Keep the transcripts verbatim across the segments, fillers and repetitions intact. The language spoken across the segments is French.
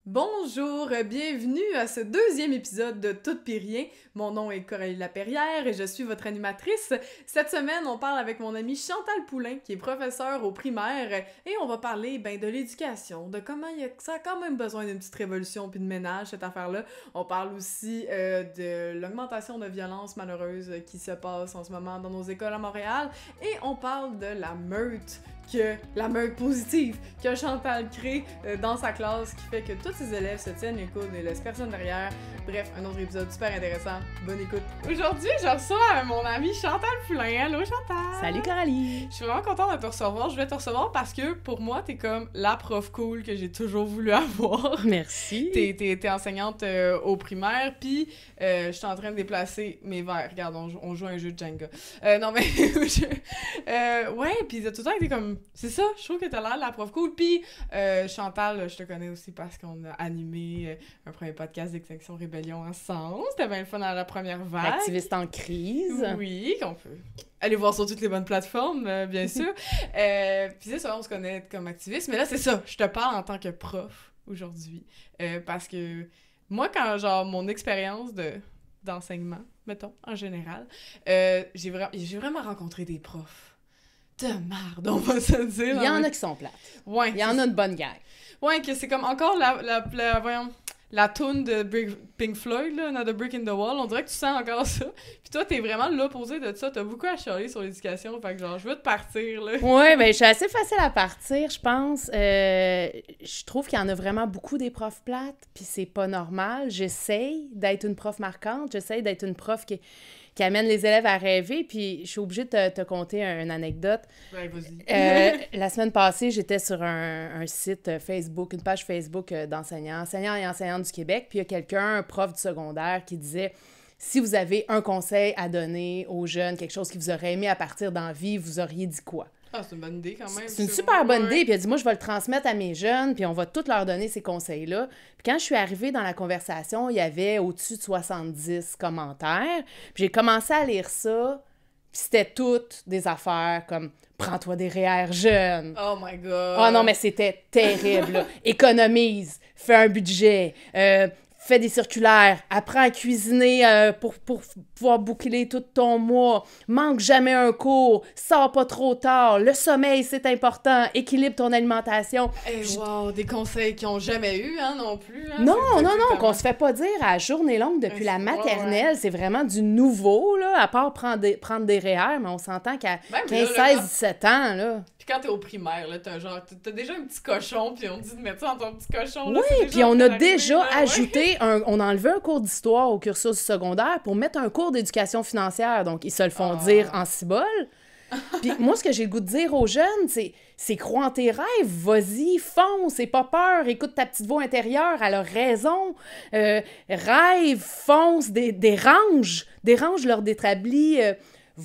Bonjour, bienvenue à ce deuxième épisode de Tout pis rien. Mon nom est Coralie Laperrière et je suis votre animatrice. Cette semaine, on parle avec mon amie Chantal Poulain, qui est professeure au primaire, et on va parler ben, de l'éducation, de comment y a, ça a quand même besoin d'une petite révolution puis de ménage, cette affaire-là. On parle aussi euh, de l'augmentation de violence malheureuse qui se passe en ce moment dans nos écoles à Montréal, et on parle de la meute, que la meute positive que Chantal crée euh, dans sa classe, qui fait que tous ses élèves se tiennent les coudes et laissent personne derrière. Bref, un autre épisode super intéressant. Bonne écoute. Aujourd'hui, je reçois mon amie Chantal Poulain. Allô Chantal! Salut Coralie! Je suis vraiment contente de te recevoir. Je voulais te recevoir parce que pour moi, t'es comme la prof cool que j'ai toujours voulu avoir. Merci! T'es, t'es, t'es enseignante euh, au primaire, puis euh, je suis en train de déplacer mes verres. Regarde, on, on joue à un jeu de Jenga. Euh, non mais, je, euh, ouais, puis t'as tout le temps été comme... C'est ça, je trouve que t'as l'air de la prof cool. Puis euh, Chantal, je te connais aussi parce qu'on a animé euh, un premier podcast d'Extinction Rébellion ensemble. C'était bien le fun dans la première vague. Activiste en crise. Oui, qu'on peut aller voir sur toutes les bonnes plateformes, euh, bien sûr. euh, puis c'est ça, on se connaît comme activiste. Mais là, c'est ça, je te parle en tant que prof aujourd'hui. Euh, parce que moi, quand, genre, mon expérience de d'enseignement, mettons, en général, euh, j'ai, vra- j'ai vraiment rencontré des profs de merde, on va se dire. Il y en a qui sont plates. Ouais. Il y en a de bonnes gang. Ouais, que c'est comme encore la, la, la, voyons, la toune de Brick, Pink Floyd, là, Another Brick in the Wall. On dirait que tu sens encore ça. Puis toi, t'es vraiment l'opposé de ça. T'as beaucoup à chialer sur l'éducation. Fait que genre, je veux te partir, là. Ouais, ben je suis assez facile à partir, je pense. Euh, je trouve qu'il y en a vraiment beaucoup des profs plates, puis c'est pas normal. J'essaye d'être une prof marquante. J'essaye d'être une prof qui... qui amène les élèves à rêver, puis je suis obligée de te, te conter une anecdote. Ouais, vas-y. euh, la semaine passée, j'étais sur un, un site Facebook, une page Facebook d'enseignants, enseignants et enseignantes du Québec, puis il y a quelqu'un, un prof du secondaire, qui disait « Si vous avez un conseil à donner aux jeunes, quelque chose qui vous aurait aimé à partir dans la vie, vous auriez dit quoi? » Ah, c'est une bonne idée quand même. C'est une c'est super bonne ouais. idée. Puis elle dit, moi, je vais le transmettre à mes jeunes, puis on va tous leur donner ces conseils-là. Puis quand je suis arrivée dans la conversation, il y avait au-dessus de soixante-dix commentaires. Puis j'ai commencé à lire ça, puis c'était toutes des affaires comme « Prends-toi des R E E R jeunes. » Oh my God! Oh non, mais c'était terrible, là. « Économise, fais un budget, euh, fais des circulaires, apprends à cuisiner euh, pour, pour pouvoir boucler tout ton mois, manque jamais un cours, sors pas trop tard, le sommeil c'est important, équilibre ton alimentation. » Hey, wow, des conseils qu'ils ont jamais eu, hein, non plus. Hein, Non, c'est, non, c'est non, tellement... qu'on se fait pas dire à journée longue depuis Ouais, la c'est- maternelle, ouais, ouais. c'est vraiment du nouveau, là, à part prendre des, prendre des R E E R, mais on s'entend qu'à Même là, quinze, là, seize, quand- dix-sept ans, là. Puis quand t'es au primaire, là, t'as genre, t'as- t'as déjà un petit cochon, puis on te dit de mettre ça dans ton petit cochon. Là, Oui, c'est déjà puis en on train a d'arriver, déjà là, ouais. ajouté, un, on a enlevé un cours d'histoire au cursus secondaire pour mettre un cours d'éducation financière. Donc, ils se le font Ah. dire en cibole. Puis moi, ce que j'ai le goût de dire aux jeunes, c'est, c'est crois en tes rêves, vas-y, fonce, aie pas peur, écoute ta petite voix intérieure, elle a raison. Euh, rêve, fonce, dé- dérange, dérange leur d'établi, euh,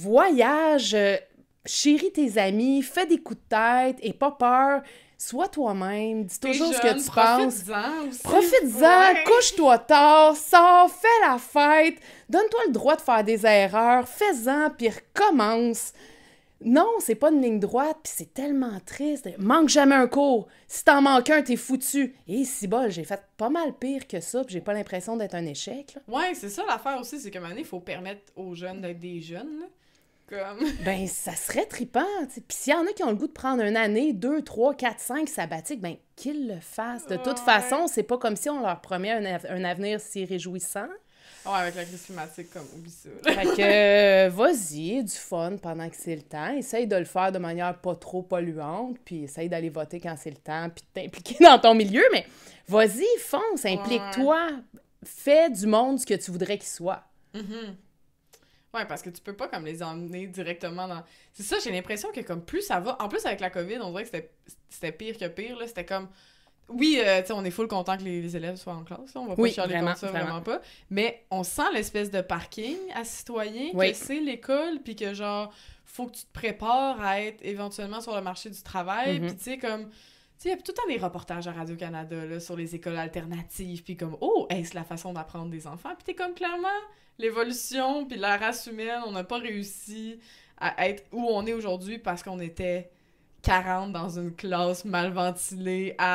voyage, euh, chéris tes amis, fais des coups de tête, aie pas peur. Sois toi-même, dis T'es toujours ce jeune, que tu penses. profites-en aussi. Profites-en, Ouais. couche-toi tard, sors, fais la fête, donne-toi le droit de faire des erreurs, fais-en, puis recommence. Non, c'est pas une ligne droite, puis c'est tellement triste. Manque jamais un cours. Si t'en manques un, t'es foutu. Et si bol, j'ai fait pas mal pire que ça, puis j'ai pas l'impression d'être un échec, là. Ouais, c'est ça l'affaire aussi, c'est qu'à un moment donné, il faut permettre aux jeunes d'être des jeunes, là. Comme... Ben, ça serait trippant, tu sais. Puis s'il y en a qui ont le goût de prendre une année, deux, trois, quatre, cinq sabbatiques, ben, qu'ils le fassent. De toute Ouais. façon, c'est pas comme si on leur promet un, av- un avenir si réjouissant. Ouais, avec la crise climatique, comme, oublie ça. là. Fait que, euh, vas-y, aie du fun pendant que c'est le temps. Essaye de le faire de manière pas trop polluante, puis essaye d'aller voter quand c'est le temps, puis de t'impliquer dans ton milieu, mais vas-y, fonce, implique-toi. Fais du monde ce que tu voudrais qu'il soit. Mhm. Ouais, parce que tu peux pas comme les emmener directement dans... C'est ça, j'ai l'impression que comme plus ça va... En plus, avec la COVID, on dirait que c'était, c'était pire que pire, là. C'était comme... Oui, euh, tu sais, on est full content que les, les élèves soient en classe, là. On va pas Oui, chialer vraiment, contre ça, vraiment. vraiment pas. Mais on sent l'espèce de parking à citoyen, Oui. que c'est l'école, puis que genre, faut que tu te prépares à être éventuellement sur le marché du travail, Mhm. puis tu sais, comme... Tu sais, il y a tout le temps des reportages à Radio-Canada, là, sur les écoles alternatives, puis comme, oh, est-ce la façon d'apprendre des enfants? Puis t'es comme, clairement, l'évolution, puis la race humaine, on n'a pas réussi à être où on est aujourd'hui parce qu'on était quarante dans une classe mal ventilée à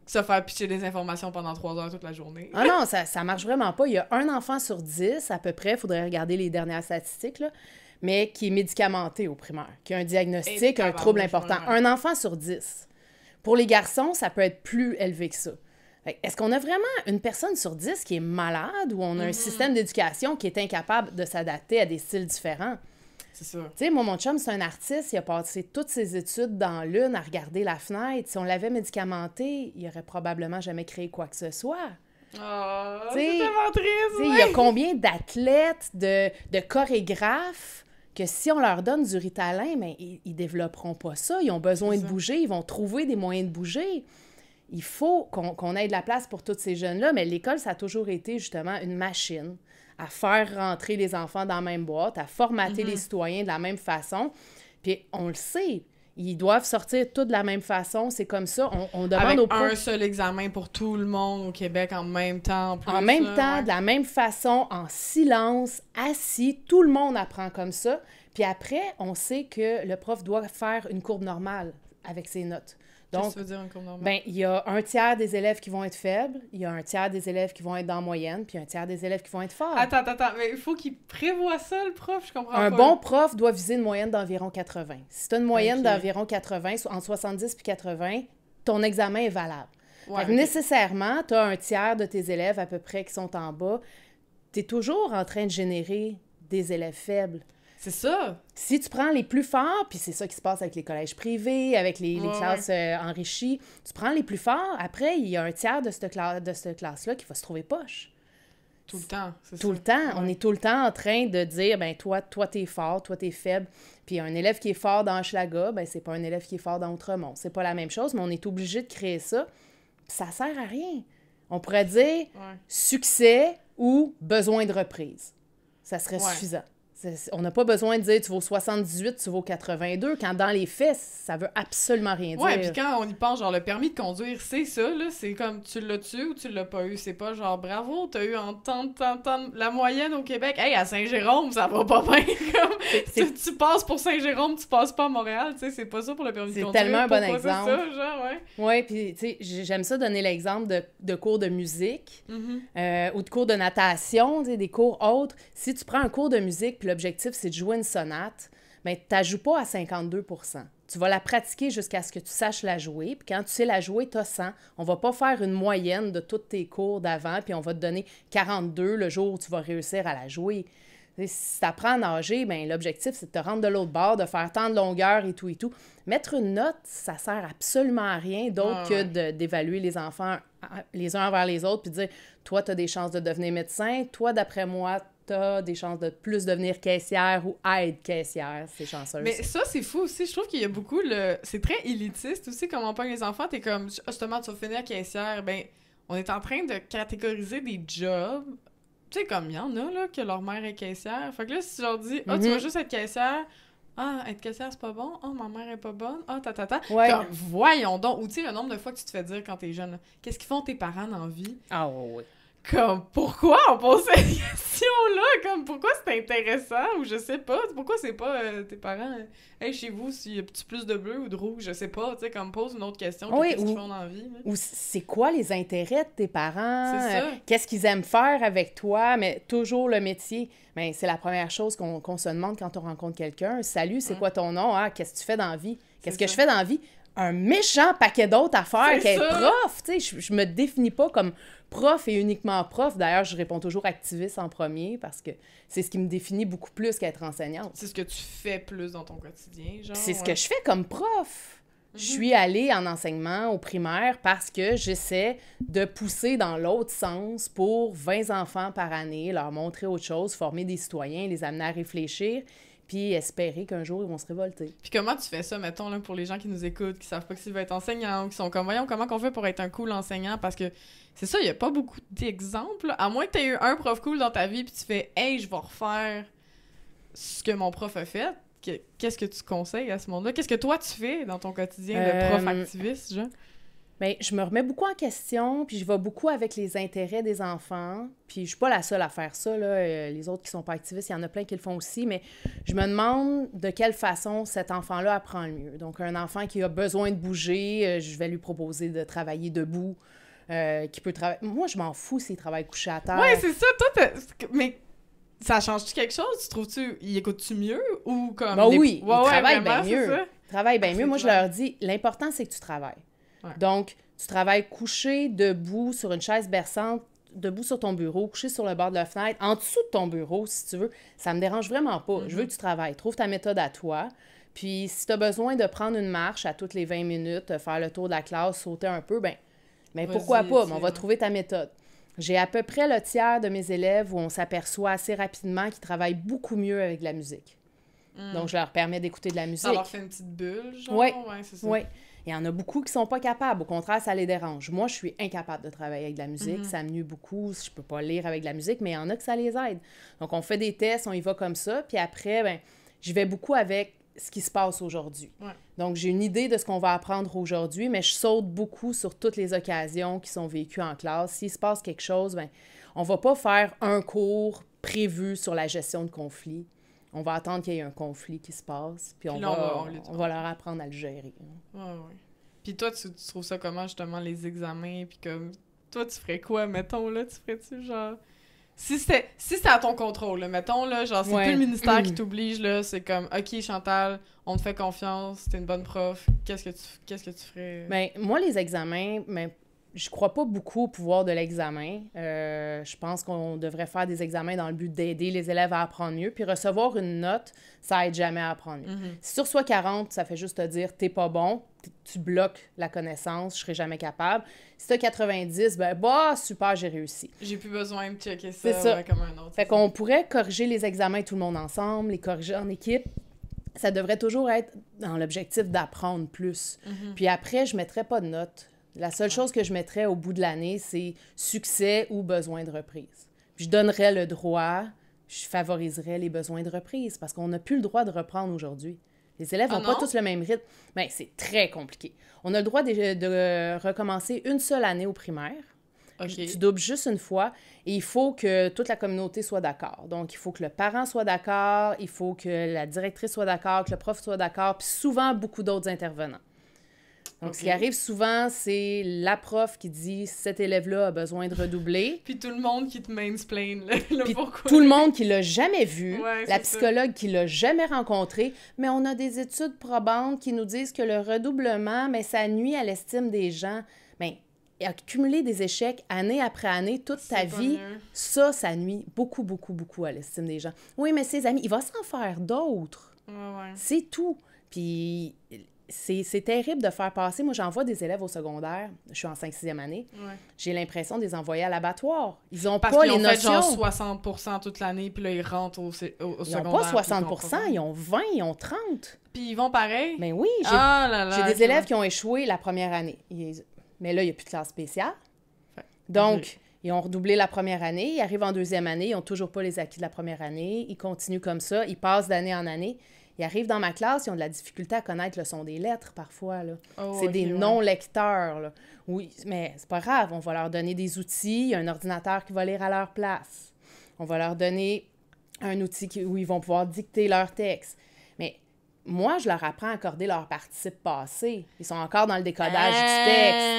se faire pitcher des informations pendant trois heures toute la journée. Ah non, ça, ça marche vraiment pas. Il y a un enfant sur dix, à peu près, il faudrait regarder les dernières statistiques, là, mais qui est médicamenté au primaire, qui a un diagnostic, un trouble important. Un enfant sur dix. Pour les garçons, ça peut être plus élevé que ça. Est-ce qu'on a vraiment une personne sur dix qui est malade ou on a mm-hmm. un système d'éducation qui est incapable de s'adapter à des styles différents? C'est ça. Tu sais, moi, mon chum, c'est un artiste, il a passé toutes ses études dans l'une à regarder la fenêtre. Si on l'avait médicamenté, il aurait probablement jamais créé quoi que ce soit. Oh, c'est tellement triste! Il y a combien d'athlètes, de, de chorégraphes que si on leur donne du Ritalin, ben, ils, ils développeront pas ça. Ils ont besoin de bouger, ils vont trouver des moyens de bouger. Il faut qu'on, qu'on ait de la place pour tous ces jeunes-là, mais l'école, ça a toujours été justement une machine à faire rentrer les enfants dans la même boîte, à formater mm-hmm. les citoyens de la même façon. Puis on le sait, ils doivent sortir tous de la même façon, c'est comme ça. On, on demande Avec aux un seul examen pour tout le monde au Québec en même temps. En, plus, en même là, temps, ouais. de la même façon, en silence, assis, tout le monde apprend comme ça. Puis après, on sait que le prof doit faire une courbe normale avec ses notes. Donc, qu'est-ce que ça veut dire une courbe normale? Ben, il y a un tiers des élèves qui vont être faibles, il y a un tiers des élèves qui vont être dans la moyenne, puis un tiers des élèves qui vont être forts. Attends, attends, attends, mais il faut qu'il prévoie ça, le prof, je comprends un pas. Un bon prof doit viser une moyenne d'environ quatre-vingts. Si tu as une moyenne okay. d'environ quatre-vingts, entre soixante-dix et quatre-vingts, ton examen est valable. Ouais, okay. Nécessairement, tu as un tiers de tes élèves à peu près qui sont en bas. Tu es toujours en train de générer des élèves faibles. C'est ça! Si tu prends les plus forts, puis c'est ça qui se passe avec les collèges privés, avec les, les ouais, classes ouais. Euh, enrichies, tu prends les plus forts, après, il y a un tiers de cette, cla- de cette classe-là qui va se trouver poche. Tout le temps, c'est Tout ça. le temps. Ouais. On est tout le temps en train de dire, ben toi, toi, t'es fort, toi, t'es faible. Puis un élève qui est fort dans Hochelaga, ben c'est pas un élève qui est fort dans Outremont. C'est pas la même chose, mais on est obligé de créer ça. Puis ça sert à rien. On pourrait dire ouais. succès ou besoin de reprise. Ça serait ouais. suffisant. C'est, on n'a pas besoin de dire tu vaux soixante-dix-huit, tu vaux quatre-vingt-deux, quand dans les faits, ça veut absolument rien dire. Ouais, puis quand on y pense, genre, le permis de conduire, c'est ça, là, c'est comme, tu l'as-tu ou tu l'as pas eu? C'est pas genre, bravo, t'as eu en tant, tant, tant, la moyenne au Québec. Hey, à Saint-Jérôme, ça va pas bien, comme, tu, tu passes pour Saint-Jérôme, tu passes pas à Montréal, tu sais, c'est pas ça pour le permis c'est de conduire. C'est tellement un bon Pourquoi exemple. C'est ça, genre, ouais. Ouais, puis, tu sais, j'aime ça donner l'exemple de, de cours de musique mm-hmm. euh, ou de cours de natation, tu sais, des cours autres. Si tu prends un cours de musique, puis l'objectif, c'est de jouer une sonate, bien, tu ne joues pas à cinquante-deux pour cent. Tu vas la pratiquer jusqu'à ce que tu saches la jouer. Puis quand tu sais la jouer, tu as cent. On va pas faire une moyenne de tous tes cours d'avant, puis on va te donner quarante-deux le jour où tu vas réussir à la jouer. Si tu apprends à nager, bien, l'objectif, c'est de te rendre de l'autre bord, de faire tant de longueur et tout et tout. Mettre une note, ça sert absolument à rien d'autre ah, ouais. que de, d'évaluer les enfants les uns envers les autres, puis de dire, toi, tu as des chances de devenir médecin, toi, d'après moi, t'as des chances de plus devenir caissière ou aide-caissière, c'est chanceuse. Mais ça, c'est fou aussi. Je trouve qu'il y a beaucoup le... C'est très élitiste aussi, comme on parle les enfants. T'es comme, justement, tu vas finir caissière. Ben, on est en train de catégoriser des jobs. Tu sais, comme il y en a, là, que leur mère est caissière. Fait que là, si tu leur dis, ah, oh, mm-hmm. tu vas juste être caissière... Ah, être caissière, c'est pas bon. Ah, oh, ma mère est pas bonne. Ah, ta, ta, ta. Ouais. Comme, voyons donc. Ou tu sais, le nombre de fois que tu te fais dire quand t'es jeune, là, qu'est-ce qu'ils font tes parents dans la vie? Ah, ouais, ouais. Comme, pourquoi on pose cette question-là? Comme, pourquoi c'est intéressant? Ou je sais pas. Pourquoi c'est pas euh, tes parents, euh, hey, chez vous, s'il y a plus de bleu ou de rouge, je sais pas. Tu sais, comme, pose une autre question. Oui, qu'est-ce ou, qu'ils font dans la vie? Là? Ou c'est quoi les intérêts de tes parents? C'est ça. Euh, qu'est-ce qu'ils aiment faire avec toi? Mais toujours le métier. Mais c'est la première chose qu'on, qu'on se demande quand on rencontre quelqu'un. Salut, c'est hum. quoi ton nom? Ah, qu'est-ce que tu fais dans la vie? Qu'est-ce c'est que ça. je fais dans la vie? Un méchant paquet d'autres affaires qu'être prof. Tu sais, je, je me définis pas comme prof et uniquement prof. D'ailleurs, je réponds toujours activiste en premier parce que c'est ce qui me définit beaucoup plus qu'être enseignante. C'est ce que tu fais plus dans ton quotidien, genre? C'est ouais. ce que je fais comme prof. Mm-hmm. Je suis allée en enseignement au primaire parce que j'essaie de pousser dans l'autre sens pour vingt enfants par année, leur montrer autre chose, former des citoyens, les amener à réfléchir, puis espérer qu'un jour, ils vont se révolter. Puis comment tu fais ça, mettons, là, pour les gens qui nous écoutent, qui savent pas s'ils veulent être enseignants, ou qui sont comme, voyons, comment qu'on fait pour être un cool enseignant? Parce que c'est ça, il y a pas beaucoup d'exemples. À moins que tu aies eu un prof cool dans ta vie, puis tu fais, hey, je vais refaire ce que mon prof a fait. Qu'est-ce que tu conseilles à ce monde-là? Qu'est-ce que toi, tu fais dans ton quotidien, euh... le prof activiste, genre? Bien, je me remets beaucoup en question, puis je vais beaucoup avec les intérêts des enfants. Puis je suis pas la seule à faire ça, là. Euh, les autres qui sont pas activistes, il y en a plein qui le font aussi, mais je me demande de quelle façon cet enfant-là apprend le mieux. Donc, un enfant qui a besoin de bouger, euh, je vais lui proposer de travailler debout, euh, qui peut travailler... Moi, je m'en fous s'il travaille couché à terre. Ouais, c'est ça, toi, t'as... mais ça change-tu quelque chose? Tu trouves-tu... Il écoute-tu mieux? Ou comme... Ben les... oui, ouais, il ouais, travaille vraiment, bien mieux. Il travaille bien Ah, mieux. c'est Moi, je clair. leur dis, l'important, c'est que tu travailles. Ouais. Donc, tu travailles couché, debout, sur une chaise berçante, debout sur ton bureau, couché sur le bord de la fenêtre, en dessous de ton bureau, si tu veux. Ça me dérange vraiment pas. Mm-hmm. Je veux que tu travailles. Trouve ta méthode à toi. Puis, si tu as besoin de prendre une marche à toutes les vingt minutes, faire le tour de la classe, sauter un peu, ben, ben pourquoi pas? Mais on va trouver ta méthode. J'ai à peu près le tiers de mes élèves où on s'aperçoit assez rapidement qu'ils travaillent beaucoup mieux avec de la musique. Mm. Donc, je leur permets d'écouter de la musique. Ça leur fait une petite bulle, genre? Oui, ouais, c'est ça. Oui. Il y en a beaucoup qui sont pas capables. Au contraire, ça les dérange. Moi, je suis incapable de travailler avec de la musique. Mm-hmm. Ça me nuit beaucoup. Je peux pas lire avec de la musique, mais il y en a que ça les aide. Donc, on fait des tests, on y va comme ça. Puis après, ben, je vais beaucoup avec ce qui se passe aujourd'hui. Ouais. Donc, j'ai une idée de ce qu'on va apprendre aujourd'hui, mais je saute beaucoup sur toutes les occasions qui sont vécues en classe. S'il se passe quelque chose, ben, on va pas faire un cours prévu sur la gestion de conflits. On va attendre qu'il y ait un conflit qui se passe, puis, puis on, là, va, on, va, on, on va leur apprendre à le gérer. Ouais, ouais. Puis toi, tu, tu trouves ça comment, justement, les examens, puis comme... Toi, tu ferais quoi, mettons, là? Tu ferais-tu, genre... Si c'était si c'était à ton contrôle, là, mettons, là, genre, c'est ouais. plus le ministère qui t'oblige, là, c'est comme, OK, Chantal, on te fait confiance, t'es une bonne prof, qu'est-ce que tu, qu'est-ce que tu ferais? Bien, moi, les examens, ben, je crois pas beaucoup au pouvoir de l'examen. Euh, je pense qu'on devrait faire des examens dans le but d'aider les élèves à apprendre mieux, puis recevoir une note, ça aide jamais à apprendre mieux. Mm-hmm. Si tu reçois quarante, ça fait juste te dire, t'es pas bon, tu bloques la connaissance, je serai jamais capable. Si t'as quatre-vingt-dix, ben, bah, super, j'ai réussi. J'ai plus besoin de checker ça, c'est ça. Ouais, comme un autre. Fait qu'on pourrait corriger les examens tout le monde ensemble, les corriger en équipe. Ça devrait toujours être dans l'objectif d'apprendre plus. Mm-hmm. Puis après, je mettrais pas de notes. La seule chose que je mettrais au bout de l'année, c'est succès ou besoin de reprise. Puis je donnerais le droit, je favoriserais les besoins de reprise parce qu'on n'a plus le droit de reprendre aujourd'hui. Les élèves n'ont ah pas tous le même rythme. Bien, c'est très compliqué. On a le droit de, de recommencer une seule année au primaire. Okay. Tu doubles juste une fois et il faut que toute la communauté soit d'accord. Donc, il faut que le parent soit d'accord, il faut que la directrice soit d'accord, que le prof soit d'accord, puis souvent beaucoup d'autres intervenants. Donc, okay. ce qui arrive souvent, c'est la prof qui dit « cet élève-là a besoin de redoubler ». Puis tout le monde qui te mansplain, là, le Puis pourquoi. tout le monde qui l'a jamais vu, ouais, la psychologue ça. Qui l'a jamais rencontré. Mais on a des études probantes qui nous disent que le redoublement, mais ça nuit à l'estime des gens. Bien, accumuler des échecs année après année, toute ta vie, mieux. ça, ça nuit beaucoup, beaucoup, beaucoup à l'estime des gens. Oui, mais ses amis, il va s'en faire d'autres. Ouais, ouais. C'est tout. Puis... C'est, c'est terrible de faire passer. Moi, j'envoie des élèves au secondaire. Je suis en cinq sixième année. Ouais. J'ai l'impression de les envoyer à l'abattoir. Ils n'ont pas qu'ils les ont notions. Parce qu'ils ont fait genre soixante pour cent toute l'année, puis là, ils rentrent au, au, au ils secondaire. Ils n'ont pas soixante pour cent, ils ont vingt, ils ont trente. Puis ils vont pareil? Mais oui, j'ai, ah là là, j'ai des okay. élèves qui ont échoué la première année. Ils, mais là, il n'y a plus de classe spéciale. Fait. Donc, okay. ils ont redoublé la première année. Ils arrivent en deuxième année. Ils n'ont toujours pas les acquis de la première année. Ils continuent comme ça. Ils passent d'année en année. Ils arrivent dans ma classe, ils ont de la difficulté à connaître le son des lettres, parfois, là. Oh, c'est okay, des ouais. non-lecteurs, là. Oui, mais c'est pas grave. On va leur donner des outils. Il y a un ordinateur qui va lire à leur place. On va leur donner un outil qui, où ils vont pouvoir dicter leur texte. Mais moi, je leur apprends à accorder leur participe passé. Ils sont encore dans le décodage euh... du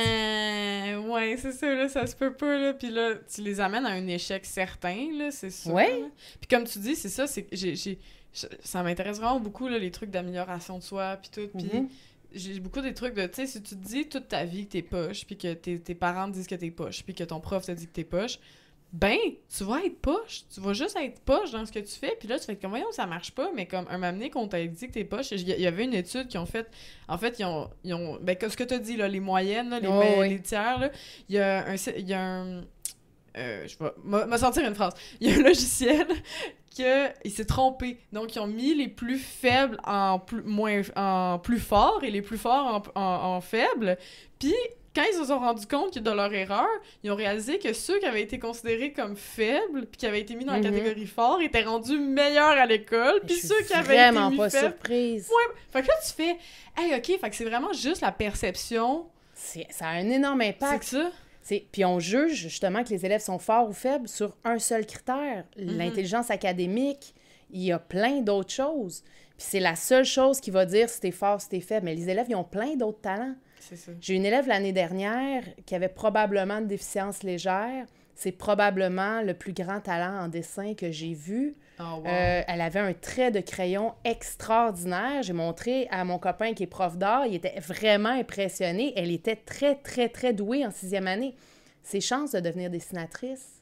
texte. Ouais, c'est ça, là, ça se peut pas, là. Puis là, tu les amènes à un échec certain, là, c'est ça. Ouais. Puis comme tu dis, c'est ça, c'est que j'ai... j'ai... ça m'intéresse vraiment beaucoup, là, les trucs d'amélioration de soi, puis tout, puis mm-hmm. j'ai beaucoup des trucs de, tu sais, si tu te dis toute ta vie que t'es poche, puis que tes, tes parents te disent que t'es poche, puis que ton prof te dit que t'es poche, ben, tu vas être poche, tu vas juste être poche dans ce que tu fais, puis là, tu fais comme, voyons, ça marche pas, mais comme, un moment donné, qu'on t'a dit que t'es poche, il y, y avait une étude qui ont fait, en fait, ils ont, ils ont ben, ce que t'as dit, là, les moyennes, là, les, oh, mais, oui. les tiers, là, il y a un, il y a un, euh, je vais me sortir une phrase, il y a un logiciel qu'il s'est trompé. Donc, ils ont mis les plus faibles en plus, moins, en plus forts et les plus forts en, en, en faibles. Puis, quand ils se sont rendus compte de leur erreur, ils ont réalisé que ceux qui avaient été considérés comme faibles puis qui avaient été mis dans mm-hmm. la catégorie fort étaient rendus meilleurs à l'école. Puis ceux qui avaient été mis pas faibles... surprise. Ouais. Fait que là, tu fais « Hey, OK, fait que c'est vraiment juste la perception... » C'est, ça a un énorme impact. C'est que ça? C'est, puis on juge justement que les élèves sont forts ou faibles sur un seul critère, mm-hmm. l'intelligence académique. Il y a plein d'autres choses. Puis c'est la seule chose qui va dire si t'es fort, si t'es faible. Mais les élèves, ils ont plein d'autres talents. C'est ça. J'ai une élève l'année dernière qui avait probablement une déficience légère. C'est probablement le plus grand talent en dessin que j'ai vu. Oh, wow. euh, elle avait un trait de crayon extraordinaire. J'ai montré à mon copain qui est prof d'art. Il était vraiment impressionné. Elle était très, très, très douée en sixième année. Ses chances de devenir dessinatrice,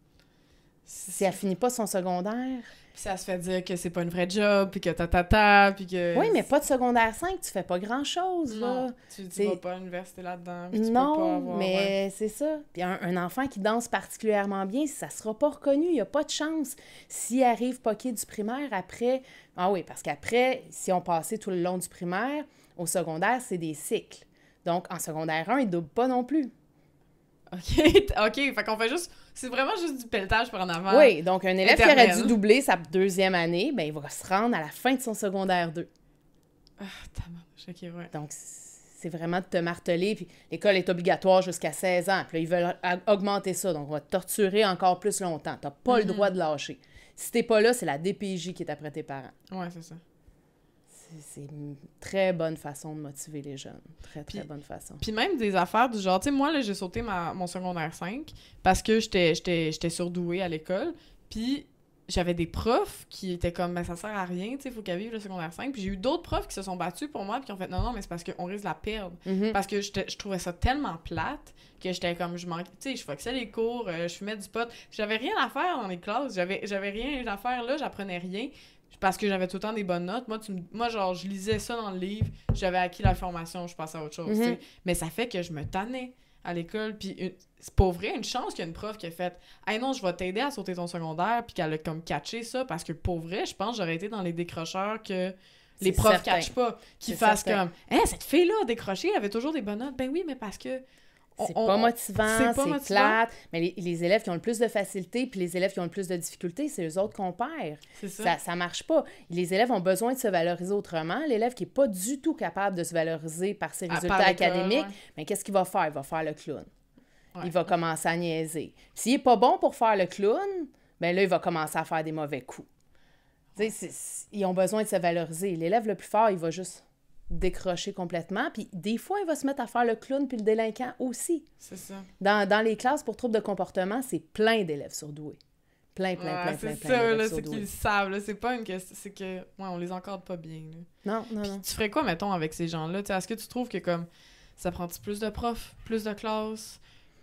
C'est si elle finit pas son secondaire... Puis ça se fait dire que c'est pas une vraie job, puis que ta-ta-ta, puis que... Oui, mais pas de secondaire cinq, tu fais pas grand-chose, là. Non, tu C'est... vas pas à l'université là-dedans, puis tu non, peux pas avoir... mais ouais. c'est ça. Puis un, un enfant qui danse particulièrement bien, ça sera pas reconnu, il y a pas de chance. S'il arrive poqué du primaire, après... Ah oui, parce qu'après, si on passait tout le long du primaire, au secondaire, c'est des cycles. Donc, en secondaire un, il double pas non plus. OK, OK, fait qu'on fait juste... C'est vraiment juste du pelletage par en avant. Oui, donc un élève éternel. qui aurait dû doubler sa deuxième année, ben il va se rendre à la fin de son secondaire deux. Ah, tabarnak, OK, ouais. Donc, c'est vraiment de te marteler. Puis l'école est obligatoire jusqu'à seize ans. Puis là, ils veulent a- augmenter ça. Donc, on va te torturer encore plus longtemps. T'as pas mm-hmm. le droit de lâcher. Si t'es pas là, c'est la D P J qui est après tes parents. Ouais, c'est ça. C'est une très bonne façon de motiver les jeunes. Très, très puis, bonne façon. Puis même des affaires du genre... Tu sais, moi, là, j'ai sauté ma, mon secondaire cinq parce que j'étais, j'étais, j'étais surdouée à l'école. Puis j'avais des profs qui étaient comme, ben ça sert à rien, tu sais, il faut qu'elle vive le secondaire cinq. Puis j'ai eu d'autres profs qui se sont battus pour moi puis qui ont fait, non, non, mais c'est parce qu'on risque de la perdre. Mm-hmm. Parce que je trouvais ça tellement plate que j'étais comme, je manquais, tu sais, je foxais les cours, euh, je fumais du pot. J'avais rien à faire dans les classes. J'avais, j'avais rien à faire là, j'apprenais rien. Parce que j'avais tout le temps des bonnes notes. Moi, tu m... Moi, genre, je lisais ça dans le livre, j'avais acquis l'information, je passais à autre chose, mm-hmm. tu sais. Mais ça fait que je me tannais à l'école. Puis une... c'est pas vrai, une chance qu'il y a une prof qui a fait « Hey non, je vais t'aider à sauter ton secondaire », puis qu'elle a comme catché ça, parce que pour vrai, je pense que j'aurais été dans les décrocheurs que les c'est profs catchent pas, qui c'est fassent certain. Comme « Hein, cette fille-là a décroché, elle avait toujours des bonnes notes. » Ben oui, mais parce que... On, c'est, on, pas motivant, c'est pas c'est motivant, c'est plate. Mais les, les élèves qui ont le plus de facilité puis les élèves qui ont le plus de difficultés, c'est eux autres qu'on perd. C'est ça. Ça, ça marche pas. Les élèves ont besoin de se valoriser autrement. L'élève qui est pas du tout capable de se valoriser par ses à résultats académiques, ouais. Mais qu'est-ce qu'il va faire? Il va faire le clown. Ouais. Il va commencer à niaiser. S'il est pas bon pour faire le clown, ben là, il va commencer à faire des mauvais coups. Ouais. C'est, c'est, ils ont besoin de se valoriser. L'élève le plus fort, il va juste... décrocher complètement, puis des fois, il va se mettre à faire le clown puis le délinquant aussi. C'est ça. Dans, dans les classes pour troubles de comportement, c'est plein d'élèves surdoués. Plein, plein, ouais, plein, c'est plein, ça, plein d'élèves là, surdoués. C'est qu'ils le savent, là. C'est pas une question... C'est que... Ouais, on les encadre pas bien, là. Non, non, puis non. Tu ferais quoi, mettons, avec ces gens-là? T'sais, est-ce que tu trouves que, comme, ça prend plus de profs, plus de classes?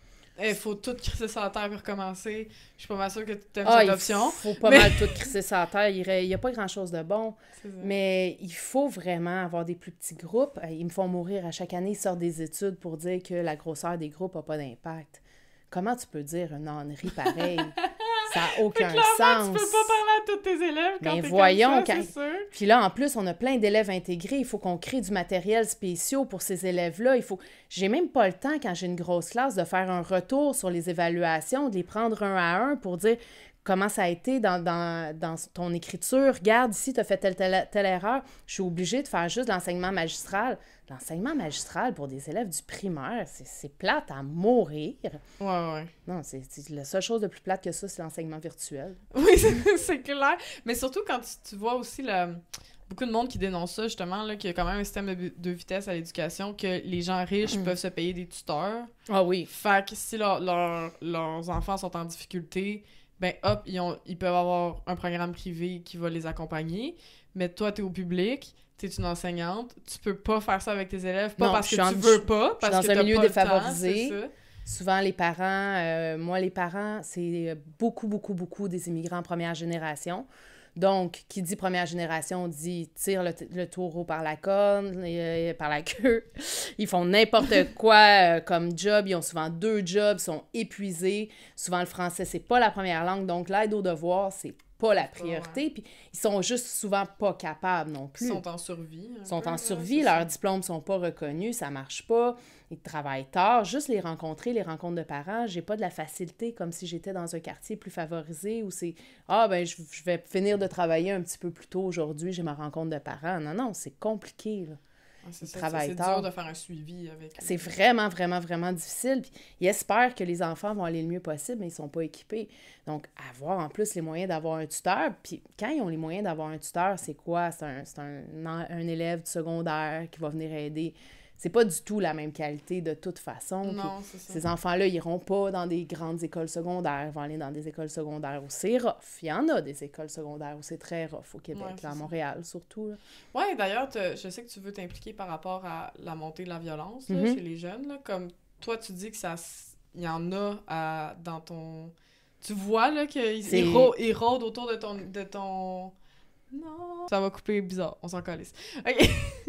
Il faut tout crisser sur la terre pour recommencer. Je suis pas mal sûre que tu aimes ah, cette option. Il faut pas mais... mal tout crisser sur la terre. Il n'y a pas grand-chose de bon. Mais il faut vraiment avoir des plus petits groupes. Ils me font mourir à chaque année. Ils sortent des études pour dire que la grosseur des groupes n'a pas d'impact. Comment tu peux dire une ânerie pareille? Ça n'a aucun sens. Tu peux pas parler à tous tes élèves quand mais t'es voyons, comme ça, quand... c'est sûr. Puis là, en plus, on a plein d'élèves intégrés. Il faut qu'on crée du matériel spécial pour ces élèves-là. Il faut... J'ai même pas le temps, quand j'ai une grosse classe, de faire un retour sur les évaluations, de les prendre un à un pour dire comment ça a été dans, dans, dans ton écriture. Regarde, ici, tu as fait telle, telle, telle erreur. Je suis obligée de faire juste l'enseignement magistral. L'enseignement magistral pour des élèves du primaire, c'est, c'est plate à mourir. Ouais, ouais. Non, c'est, c'est la seule chose de plus plate que ça, c'est l'enseignement virtuel. Oui, c'est, c'est clair. Mais surtout quand tu, tu vois aussi le... beaucoup de monde qui dénonce ça, justement, là, qu'il y a quand même un système de, de vitesse à l'éducation, que les gens riches mmh. peuvent se payer des tuteurs. Ah oui. Fait que si leur, leur, leurs enfants sont en difficulté, ben hop, ils, ont, ils peuvent avoir un programme privé qui va les accompagner. Mais toi, t'es au public... t'es une enseignante, tu peux pas faire ça avec tes élèves, pas non, parce que tu veux pas, parce que t'as pas le temps. Je suis dans un milieu défavorisé. Souvent, les parents, euh, moi, les parents, c'est beaucoup, beaucoup, beaucoup des immigrants première génération. Donc, qui dit première génération dit tire le, t- le taureau par la corne, euh, par la queue. Ils font n'importe quoi euh, comme job. Ils ont souvent deux jobs, ils sont épuisés. Souvent, le français, c'est pas la première langue. Donc, l'aide aux devoirs, c'est pas la priorité, puis ils sont juste souvent pas capables non plus. Ils sont en survie. Ils sont peu, en là, survie, leurs diplômes sont pas reconnus, ça marche pas, ils travaillent tard. Juste les rencontrer, les rencontres de parents, j'ai pas de la facilité comme si j'étais dans un quartier plus favorisé où c'est « Ah, ben je, je vais finir de travailler un petit peu plus tôt aujourd'hui, j'ai ma rencontre de parents. » Non, non, c'est compliqué, là. Ah, c'est ils ça, travaillent c'est tard. dur de faire un suivi avec... C'est vraiment, vraiment, vraiment difficile. Puis ils espèrent que les enfants vont aller le mieux possible, mais ils sont pas équipés. Donc, avoir en plus les moyens d'avoir un tuteur, puis quand ils ont les moyens d'avoir un tuteur, c'est quoi? C'est un, c'est un, un élève du secondaire qui va venir aider. C'est pas du tout la même qualité de toute façon. Non, c'est ça. Ces enfants-là, ils iront pas dans des grandes écoles secondaires, ils vont aller dans des écoles secondaires où c'est rough. Il y en a des écoles secondaires où c'est très rough au Québec, Ouais, là, à ça. Montréal surtout. Là. Ouais, d'ailleurs, te- je sais que tu veux t'impliquer par rapport à la montée de la violence là, Mm-hmm. chez les jeunes. Là. Comme toi, tu dis que ça, s- il y en a à, dans ton... Tu vois là qu'ils C'est- ils rô- ils rôdent autour de ton, de ton... Non! Ça va couper bizarre, on s'en calisse. OK.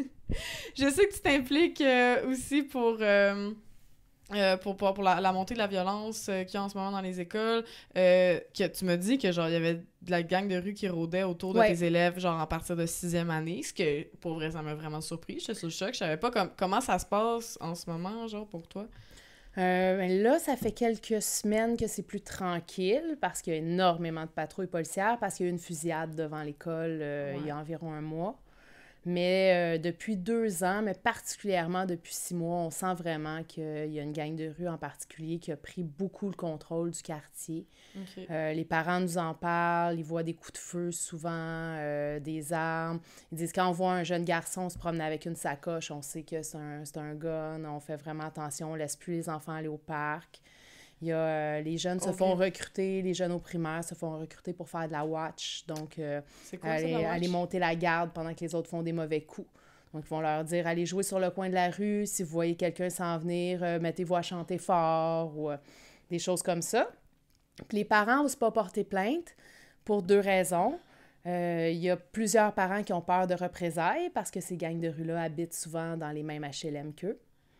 Je sais que tu t'impliques euh, aussi pour... euh, Euh, pour, pour, pour la, la montée de la violence euh, qu'il y a en ce moment dans les écoles, euh, que tu me dis que genre il y avait de la gang de rue qui rôdait autour de Ouais. tes élèves genre à partir de sixième année, ce que pour vrai ça m'a vraiment surpris, j'étais sous le choc, je savais pas com- comment ça se passe en ce moment genre pour toi. Euh, ben là, ça fait quelques semaines que c'est plus tranquille parce qu'il y a énormément de patrouilles policières, parce qu'il y a eu une fusillade devant l'école euh, Ouais. il y a environ un mois. Mais euh, depuis deux ans, mais particulièrement depuis six mois, on sent vraiment qu'il y a une gang de rue en particulier qui a pris beaucoup le contrôle du quartier. OK. Euh, les parents nous en parlent, ils voient des coups de feu souvent, euh, des armes. Ils disent quand on voit un jeune garçon se promener avec une sacoche, on sait que c'est un, c'est un gun, on fait vraiment attention, on laisse plus les enfants aller au parc. Il y a, euh, les jeunes se Ok. font recruter, les jeunes au primaire se font recruter pour faire de la watch, donc euh, C'est quoi ça, aller, la watch? aller monter la garde pendant que les autres font des mauvais coups. Donc, ils vont leur dire, allez jouer sur le coin de la rue, si vous voyez quelqu'un s'en venir, euh, mettez-vous à chanter fort, ou euh, des choses comme ça. Puis les parents n'osent pas porter plainte pour deux raisons. Euh, Il y a plusieurs parents qui ont peur de représailles parce que ces gangs de rue-là habitent souvent dans les mêmes H L M qu'eux.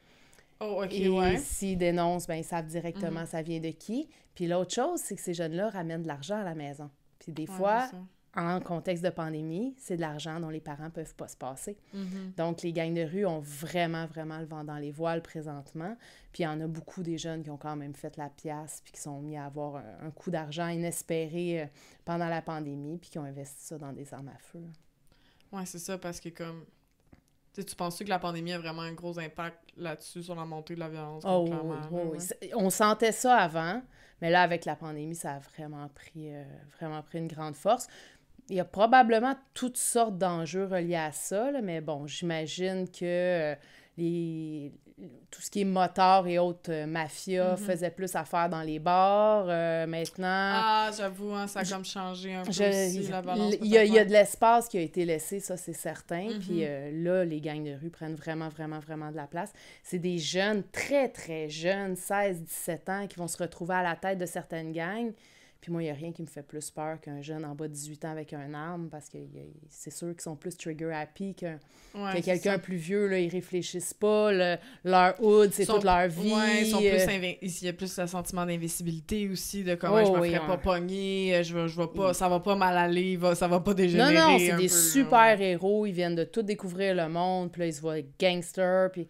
Oh, OK, Et ouais. s'ils dénoncent, ben, ils savent directement Mhm. ça vient de qui. Puis l'autre chose, c'est que ces jeunes-là ramènent de l'argent à la maison. Puis des Ouais, fois, c'est ça. en contexte de pandémie, c'est de l'argent dont les parents peuvent pas se passer. Mhm. Donc, les gangs de rue ont vraiment, vraiment le vent dans les voiles présentement. Puis il y en a beaucoup des jeunes qui ont quand même fait la pièce puis qui sont mis à avoir un, un coup d'argent inespéré euh, pendant la pandémie puis qui ont investi ça dans des armes à feu. Ouais, c'est ça, parce que comme... Tu sais, tu penses-tu que la pandémie a vraiment un gros impact là-dessus, sur la montée de la violence? Oh, comme clairement, oui, oui, ouais. oui. C'est- On sentait ça avant, mais là, avec la pandémie, ça a vraiment pris, euh, vraiment pris une grande force. Il y a probablement toutes sortes d'enjeux reliés à ça, là, mais bon, j'imagine que euh, les... tout ce qui est motard et autres euh, mafias Mhm. faisaient plus affaire dans les bars. Euh, maintenant, Ah, j'avoue, hein, ça a comme changé un peu je- aussi, la balance. il y a, il y a peut-être, de l'espace qui a été laissé, ça, c'est certain. Mhm. Puis euh, là, les gangs de rue prennent vraiment, vraiment, vraiment de la place. C'est des jeunes, très, très jeunes, seize dix-sept ans, qui vont se retrouver à la tête de certaines gangs. Puis moi, il n'y a rien qui me fait plus peur qu'un jeune en bas de dix-huit ans avec un arme, parce que y a- c'est sûr qu'ils sont plus trigger-happy qu'un ouais. Ouais, que c'est quelqu'un ça. plus vieux, là, ils réfléchissent pas. le- leur hood, c'est Ils sont- toute leur vie. Ouais, ils sont plus euh, invi- il y a plus le sentiment d'invisibilité aussi, de comment Oh, je me oui, ferais ouais. pas pogner, euh, je vais, je vais pas, Il- ça va pas mal aller, va, ça va pas Non, dégénérer. non, c'est un des peu, super-héros. Ils viennent de tout découvrir le monde. Puis là, ils se voient gangsters. Puis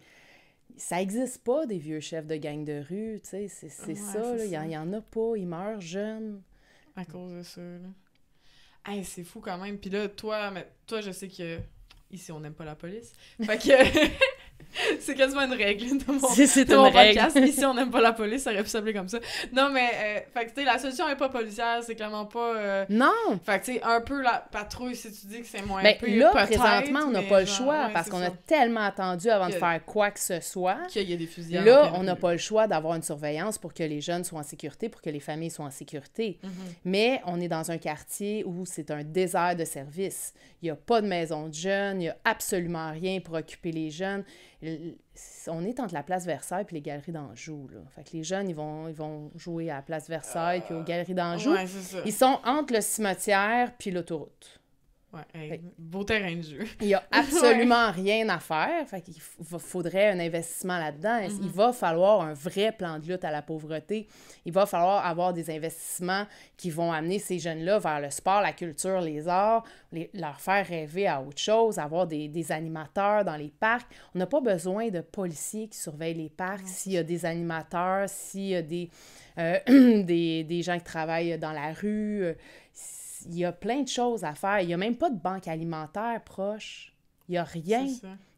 ça existe pas, des vieux chefs de gang de rue. Tu sais, c'est c'est Ouais, ça. c'est là. Il y, en- ça. il y en a pas. Ils meurent jeunes. À cause de ça, là. Hey, c'est fou quand même. Puis là, toi, mais, toi, je sais que ici, on n'aime pas la police. Fait que c'est quasiment une règle de mon, C'est c'est de une mon règle. podcast. Ici, on n'aime pas la police, ça aurait pu s'appeler comme ça. Non, mais, euh, fait que, tu sais, la solution est pas policière, c'est clairement pas... euh, Non! Fait que, tu sais, un peu la patrouille, si tu dis que c'est moins Ben, pire, là, peut-être, présentement, on n'a mais pas le genre, choix ouais, parce c'est qu'on ça. a tellement attendu avant de Que- faire quoi que ce soit. Qu'il y a des fusillades. en Là, pleine on n'a rue. pas le choix d'avoir une surveillance pour que les jeunes soient en sécurité, pour que les familles soient en sécurité. Mhm. Mais on est dans un quartier où c'est un désert de services. Il n'y a pas de maison de jeunes, il n'y a absolument rien pour occuper les jeunes. L- On est entre la place Versailles et les galeries d'Anjou, là. Fait que les jeunes, ils vont, ils vont jouer à la place Versailles puis aux galeries d'Anjou. Ouais, c'est ça. Ils sont entre le cimetière puis l'autoroute. Ouais, hey, Fait- beau terrain de jeu. Il n'y a absolument rien à faire. Fait qu'il f- faudrait un investissement là-dedans. Mhm. Il va falloir un vrai plan de lutte à la pauvreté. Il va falloir avoir des investissements qui vont amener ces jeunes-là vers le sport, la culture, les arts, les- leur faire rêver à autre chose, avoir des, des animateurs dans les parcs. On n'a pas besoin de policiers qui surveillent les parcs Non, s'il y a des animateurs, s'il y a des, euh, des, des gens qui travaillent dans la rue. euh, Il y a plein de choses à faire. Il n'y a même pas de banque alimentaire proche. Il n'y a rien. C'est ça.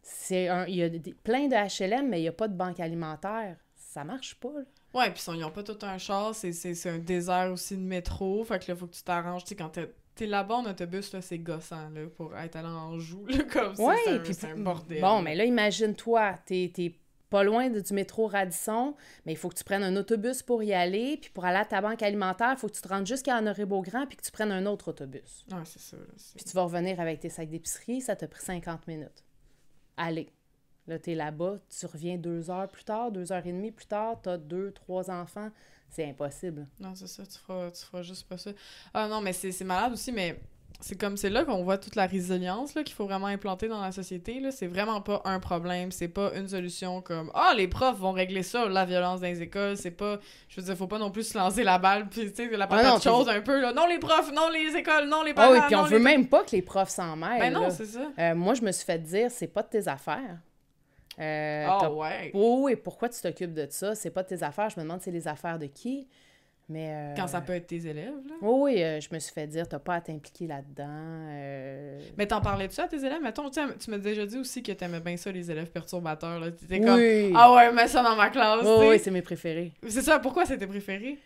c'est un, il y a des, plein de H L M, mais il n'y a pas de banque alimentaire. Ça marche pas, là. Ouais, puis ils n'ont pas tout un char, c'est, c'est, c'est un désert aussi de métro, fait que là, faut que tu t'arranges, tu sais, quand t'es, t'es là-bas en autobus, là, c'est gossant, là, pour être allé en joue, là, comme ouais, c'est, c'est, un, puis, c'est un bordel. Bon, là. mais là, imagine-toi, t'es, t'es pas loin de, du métro Radisson, mais il faut que tu prennes un autobus pour y aller, puis pour aller à ta banque alimentaire, il faut que tu te rendes jusqu'à Honoré-Beaugrand, puis que tu prennes un autre autobus. Ouais, c'est ça, là. C'est... Puis tu vas revenir avec tes sacs d'épicerie, ça t'a pris cinquante minutes. Allez. Là, t'es là-bas, tu reviens deux heures plus tard, deux heures et demie plus tard, t'as deux, trois enfants. C'est impossible. Non, c'est ça, tu feras, tu feras juste pas ça. Ah non, mais c'est, c'est malade aussi, mais c'est comme, c'est là qu'on voit toute la résilience là, qu'il faut vraiment implanter dans la société. Là. C'est vraiment pas un problème, c'est pas une solution comme « Ah, les profs vont régler ça, la violence dans les écoles. » C'est pas, je veux dire, faut pas non plus se lancer la balle, puis tu sais, la patate ah non, chose un peu, là. Non, les profs, non, les écoles, non, les parents, ah oui, puis on non, veut les... même pas que les profs s'en mêlent. Ben non, là. c'est ça. Euh, moi, je me suis fait dire « C'est pas de tes affaires. » Euh, Ah oh, ouais. Oh, et pourquoi tu t'occupes de ça? C'est pas de tes affaires. Je me demande, c'est les affaires de qui? Mais, euh... Quand ça peut être tes élèves, là. Oh, oui, euh, je me suis fait dire, t'as pas à t'impliquer là-dedans. Euh... Mais t'en parlais-tu à tes élèves? Mettons, tu m'as déjà dit aussi que t'aimais bien ça, les élèves perturbateurs, là. T'étais comme, oui. ah ouais, mets ça dans ma classe, oh, t'sais. oui, c'est mes préférés. C'est ça, pourquoi c'est tes préférés?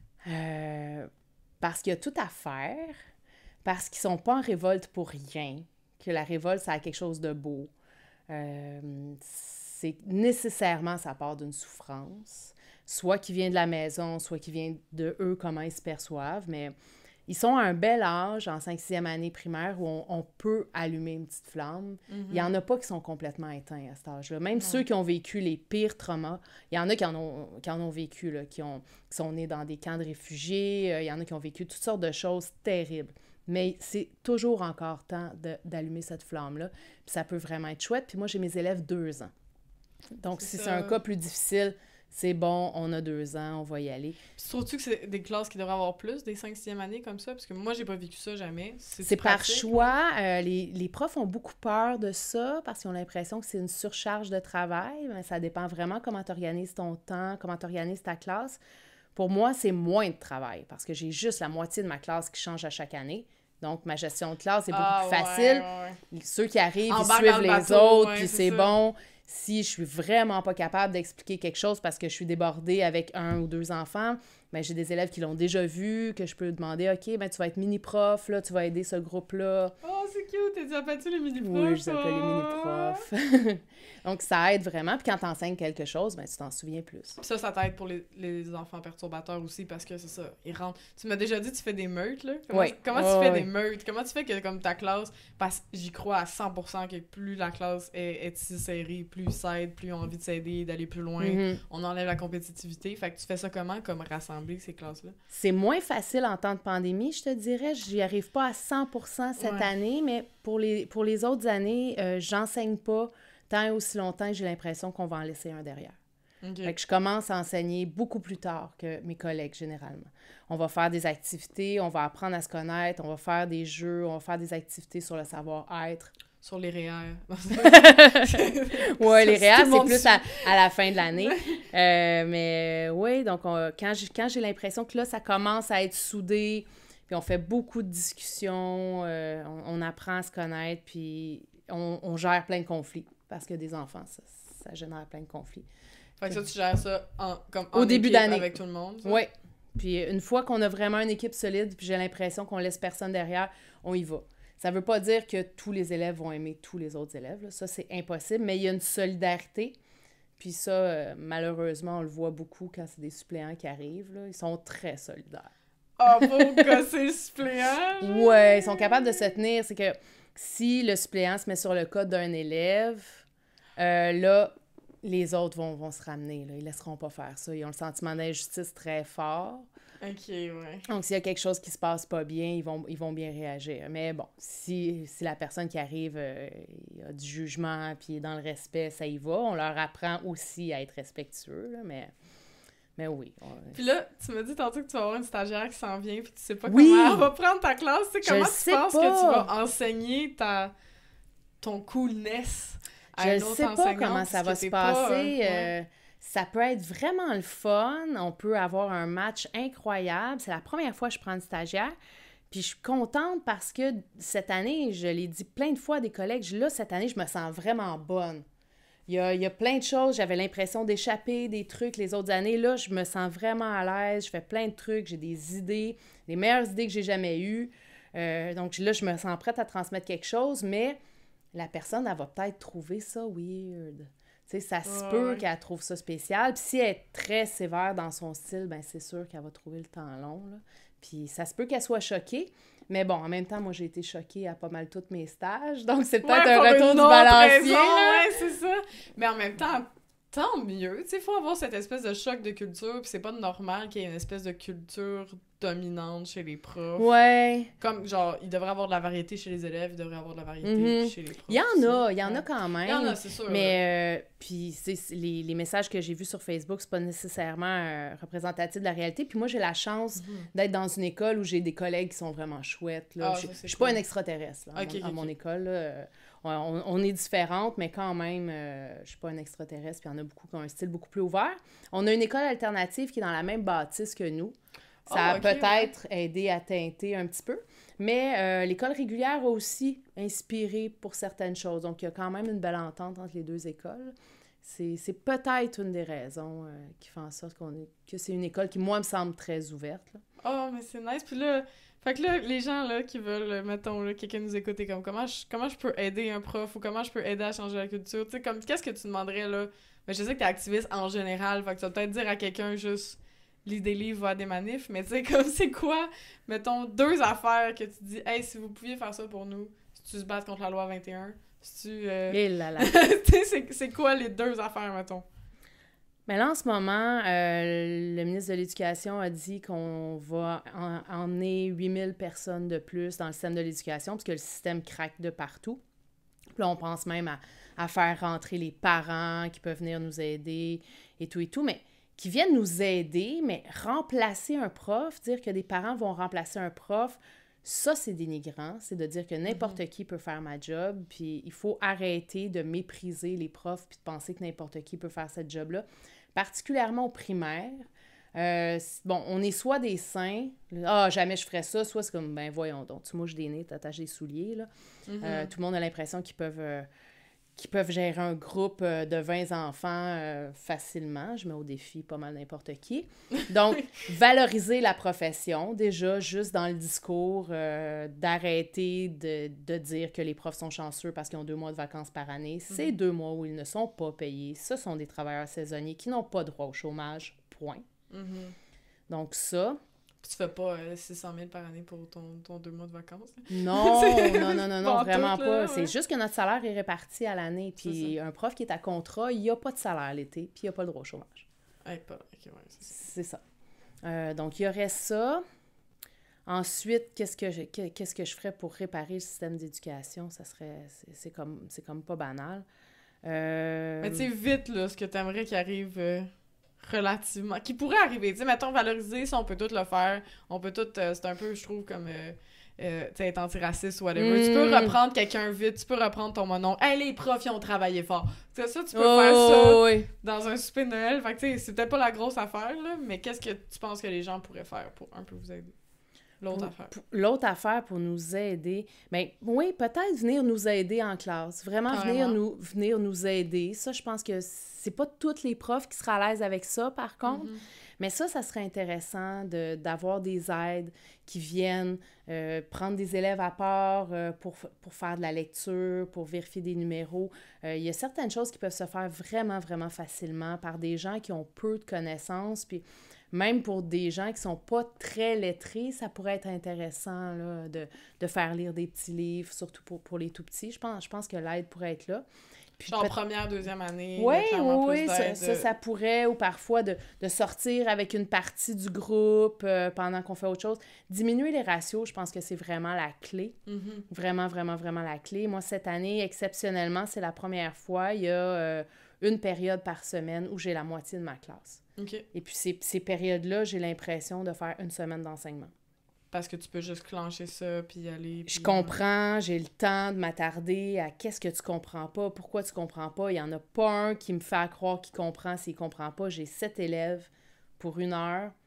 Euh... Parce qu'il y a tout à faire, parce qu'ils sont pas en révolte pour rien, que la révolte, ça a quelque chose de beau. Euh... C'est nécessairement, ça part d'une souffrance. Soit qui vient de la maison, soit qui vient de eux, comment ils se perçoivent, mais ils sont à un bel âge, en cinquième sixième année primaire, où on, on peut allumer une petite flamme. Mm-hmm. Il y en a pas qui sont complètement éteints à cet âge-là. Même ouais. Ceux qui ont vécu les pires traumas, il y en a qui en ont, qui en ont vécu, là, qui, ont, qui sont nés dans des camps de réfugiés, euh, il y en a qui ont vécu toutes sortes de choses terribles. Mais c'est toujours encore temps de, d'allumer cette flamme-là. Puis ça peut vraiment être chouette. Puis moi, j'ai mes élèves deux ans. Donc, c'est si ça. C'est un cas plus difficile... C'est bon, on a deux ans, on va y aller. Puis trouves-tu que c'est des classes qui devraient avoir plus, des cinq sixième années comme ça? Parce que moi, j'ai pas vécu ça jamais. C'est, c'est par choix. Euh, les, les profs ont beaucoup peur de ça parce qu'ils ont l'impression que c'est une surcharge de travail. Mais ça dépend vraiment comment tu organises ton temps, comment tu organises ta classe. Pour moi, c'est moins de travail parce que j'ai juste la moitié de ma classe qui change à chaque année. Donc, ma gestion de classe est beaucoup ah, plus facile. Ouais, ouais. Ceux qui arrivent, en ils suivent les bateau, autres, ouais, puis c'est, c'est bon. Si je suis vraiment pas capable d'expliquer quelque chose parce que je suis débordée avec un ou deux enfants, ben j'ai des élèves qui l'ont déjà vu, que je peux demander, OK, ben tu vas être mini-prof, là, tu vas aider ce groupe-là. Oh, c'est cute! Tu appelles-tu les mini-profs? Oui, je les appelle oh. les mini-profs. Donc, ça aide vraiment. Puis quand tu enseignes quelque chose, ben tu t'en souviens plus. Puis ça, ça t'aide pour les, les enfants perturbateurs aussi parce que c'est ça, ils rentrent... Tu m'as déjà dit tu fais des meutes, là? Comment, oui. comment oh, tu fais oui. des meutes? Comment tu fais que, comme ta classe... Parce que j'y crois à cent pour cent que plus la classe est, est si serrée, plus ils s'aident, plus ils ont envie de s'aider, d'aller plus loin, mm-hmm. on enlève la compétitivité. Fait que tu fais ça comment, comme rassembler ces classes-là? C'est moins facile en temps de pandémie, je te dirais. J'y arrive pas à cent pour cent cette ouais. année, mais pour les, pour les autres années, euh, j'enseigne pas tant et aussi longtemps que j'ai l'impression qu'on va en laisser un derrière. Okay. Fait que je commence à enseigner beaucoup plus tard que mes collègues, généralement. On va faire des activités, on va apprendre à se connaître, on va faire des jeux, on va faire des activités sur le savoir-être. Sur les R E E R. Oui, les R E E R, c'est plus à, à la fin de l'année. Euh, mais oui, donc on, quand, j'ai, quand j'ai l'impression que là, ça commence à être soudé, puis on fait beaucoup de discussions, euh, on, on apprend à se connaître, puis on, on gère plein de conflits. Parce que des enfants, ça, ça génère plein de conflits. Fait que ça, tu gères ça en, comme en au début équipe d'année. Avec tout le monde? Oui. Puis une fois qu'on a vraiment une équipe solide, puis j'ai l'impression qu'on laisse personne derrière, on y va. Ça veut pas dire que tous les élèves vont aimer tous les autres élèves. Là. Ça, c'est impossible, mais il y a une solidarité. Puis ça, euh, malheureusement, on le voit beaucoup quand c'est des suppléants qui arrivent. Là. Ils sont très solidaires. Ah, oh, pour gosser le suppléant! Ouais, ils sont capables de se tenir. C'est que si le suppléant se met sur le cas d'un élève, euh, là, les autres vont, vont se ramener. Là. Ils laisseront pas faire ça. Ils ont le sentiment d'injustice très fort. OK, ouais. Donc, s'il y a quelque chose qui se passe pas bien, ils vont, ils vont bien réagir. Mais bon, si, si la personne qui arrive euh, a du jugement puis est dans le respect, ça y va. On leur apprend aussi à être respectueux, là, mais... Mais oui. On... Puis là, tu m'as dit tantôt que tu vas avoir une stagiaire qui s'en vient puis tu sais pas oui! comment elle va prendre ta classe. Tu sais, comment Je tu penses pas. que tu vas enseigner ta... ton coolness à Je une autre sais pas comment ça va se passer. Pas, euh, euh, ouais. Ça peut être vraiment le fun. On peut avoir un match incroyable. C'est la première fois que je prends une stagiaire. Puis je suis contente parce que cette année, je l'ai dit plein de fois à des collègues, là, cette année, je me sens vraiment bonne. Il y a, il y a plein de choses, j'avais l'impression d'échapper des trucs les autres années. Là, je me sens vraiment à l'aise, je fais plein de trucs, j'ai des idées, les meilleures idées que j'ai jamais eues. Euh, donc là, je me sens prête à transmettre quelque chose, mais la personne, elle va peut-être trouver ça weird. Tu sais, ça se ouais, peut ouais. qu'elle trouve ça spécial. Puis si elle est très sévère dans son style, ben c'est sûr qu'elle va trouver le temps long, là. Puis ça se peut qu'elle soit choquée. Mais bon, en même temps, moi, j'ai été choquée à pas mal tous mes stages. Donc, c'est peut-être Ouais, un pour retour une du autre balancier. raison, là. ouais, c'est ça. Mais en même temps, tant mieux. Tu sais, il faut avoir cette espèce de choc de culture, puis c'est pas normal qu'il y ait une espèce de culture dominante chez les profs. Ouais. Comme, genre, il devrait y avoir de la variété chez les élèves, il devrait y avoir de la variété Mhm. chez les profs. Il y en aussi. a, il y en Ouais. a quand même. Il y en a, c'est sûr. Mais, euh, puis, c'est, c'est les, les messages que j'ai vus sur Facebook, c'est pas nécessairement euh, représentatif de la réalité. Puis moi, j'ai la chance Mhm. d'être dans une école où j'ai des collègues qui sont vraiment chouettes. Là. Ah, je ça, je c'est suis cool. pas une extraterrestre là, à, Ok, mon, ok, à mon ok. école. Là. Euh, On, on est différentes, mais quand même, euh, je suis pas une extraterrestre. Puis il y en a beaucoup qui ont un style beaucoup plus ouvert. On a une école alternative qui est dans la même bâtisse que nous. Ça Oh, a ok, peut-être aidé à teinter un petit peu. Mais euh, l'école régulière a aussi inspiré pour certaines choses. Donc, il y a quand même une belle entente entre les deux écoles. C'est, c'est peut-être une des raisons euh, qui fait en sorte qu'on est, que c'est une école qui, moi, me semble très ouverte. Là. Oh, mais c'est nice. Puis là, fait que là, les gens là qui veulent, mettons, là, quelqu'un nous écouter, comme comment je, comment je peux aider un prof ou comment je peux aider à changer la culture, tu sais, comme, qu'est-ce que tu demanderais, là? Mais je sais que t'es activiste en général, fait que tu vas peut-être dire à quelqu'un juste, lis des livres, va à des manifs, mais tu sais, comme, c'est quoi, mettons, deux affaires que tu dis, hey, si vous pouviez faire ça pour nous, si tu te battes contre la loi vingt et un, si tu... Euh... Et là là. tu sais, c'est, c'est quoi les deux affaires, mettons? Mais là, en ce moment, euh, le ministre de l'Éducation a dit qu'on va en- emmener huit mille personnes de plus dans le système de l'éducation parce que le système craque de partout. Puis là, on pense même à, à faire rentrer les parents qui peuvent venir nous aider et tout et tout, mais qui viennent nous aider, mais remplacer un prof, dire que des parents vont remplacer un prof, ça, c'est dénigrant. C'est de dire que n'importe mm-hmm. qui peut faire ma job, puis il faut arrêter de mépriser les profs puis de penser que n'importe qui peut faire cette job-là, particulièrement au primaire. Euh, bon, on est soit des saints, ah, jamais je ferais ça, soit c'est comme, ben voyons donc, tu mouches des nez, t'attaches des souliers, là. Mm-hmm. Euh, tout le monde a l'impression qu'ils peuvent, euh, qu'ils peuvent gérer un groupe euh, de vingt enfants euh, facilement. Je mets au défi pas mal n'importe qui. Donc, valoriser la profession, déjà, juste dans le discours, euh, d'arrêter de, de dire que les profs sont chanceux parce qu'ils ont deux mois de vacances par année. Mm-hmm. C'est deux mois où ils ne sont pas payés. Ce sont des travailleurs saisonniers qui n'ont pas droit au chômage, point. Mm-hmm. Donc ça... Puis tu fais pas euh, six cent mille par année pour ton, ton deux mois de vacances. Non, non, non, non, non, vraiment tout, pas. Là, c'est ouais. juste que notre salaire est réparti à l'année. Puis un prof qui est à contrat, il n'y a pas de salaire l'été, puis il n'y a pas le droit au chômage. Ouais, pas... okay, ouais, c'est ça. C'est ça. Euh, donc, il y aurait ça. Ensuite, qu'est-ce que je, qu'est-ce que je ferais pour réparer le système d'éducation? Ça serait... C'est, c'est, comme, c'est comme pas banal. Euh... Mais tu sais, vite, là, ce que tu aimerais qu'il arrive... Euh... relativement, qui pourrait arriver, tu sais, mettons, valoriser, ça, on peut tout le faire, on peut tout, euh, c'est un peu, je trouve, comme, euh, euh, tu sais, être antiraciste ou whatever, mm. tu peux reprendre quelqu'un vite, tu peux reprendre ton monon, hey, les profs, ils ont travaillé fort, tu sais, ça, tu peux oh, faire ça oui. dans un souper de Noël, fait que, tu sais, c'est peut-être pas la grosse affaire, là, mais qu'est-ce que tu penses que les gens pourraient faire pour un peu vous aider? L'autre pour, affaire. Pour, l'autre affaire pour nous aider, bien, oui, peut-être venir nous aider en classe. Vraiment venir nous, venir nous aider. Ça, je pense que c'est pas tous les profs qui seraient à l'aise avec ça, par contre. Mm-hmm. Mais ça, ça serait intéressant de, d'avoir des aides qui viennent euh, prendre des élèves à part euh, pour, pour faire de la lecture, pour vérifier des numéros. Euh, il y a certaines choses qui peuvent se faire vraiment, vraiment facilement par des gens qui ont peu de connaissances, puis même pour des gens qui sont pas très lettrés, ça pourrait être intéressant là, de, de faire lire des petits livres, surtout pour, pour les tout-petits. Je pense, je pense que l'aide pourrait être là. Puis genre peut... première, deuxième année. Oui, oui, ça, ça, ça pourrait, ou parfois de, de sortir avec une partie du groupe euh, pendant qu'on fait autre chose. Diminuer les ratios, je pense que c'est vraiment la clé. Mm-hmm. Vraiment, vraiment, vraiment la clé. Moi, cette année, exceptionnellement, c'est la première fois, il y a euh, une période par semaine où j'ai la moitié de ma classe. Okay. Et puis ces, ces périodes-là, j'ai l'impression de faire une semaine d'enseignement. Parce que tu peux juste clencher ça, puis y aller... Puis... Je comprends, j'ai le temps de m'attarder à qu'est-ce que tu comprends pas, pourquoi tu comprends pas. Il y en a pas un qui me fait croire qu'il comprend s'il comprend pas. J'ai sept élèves pour une heure.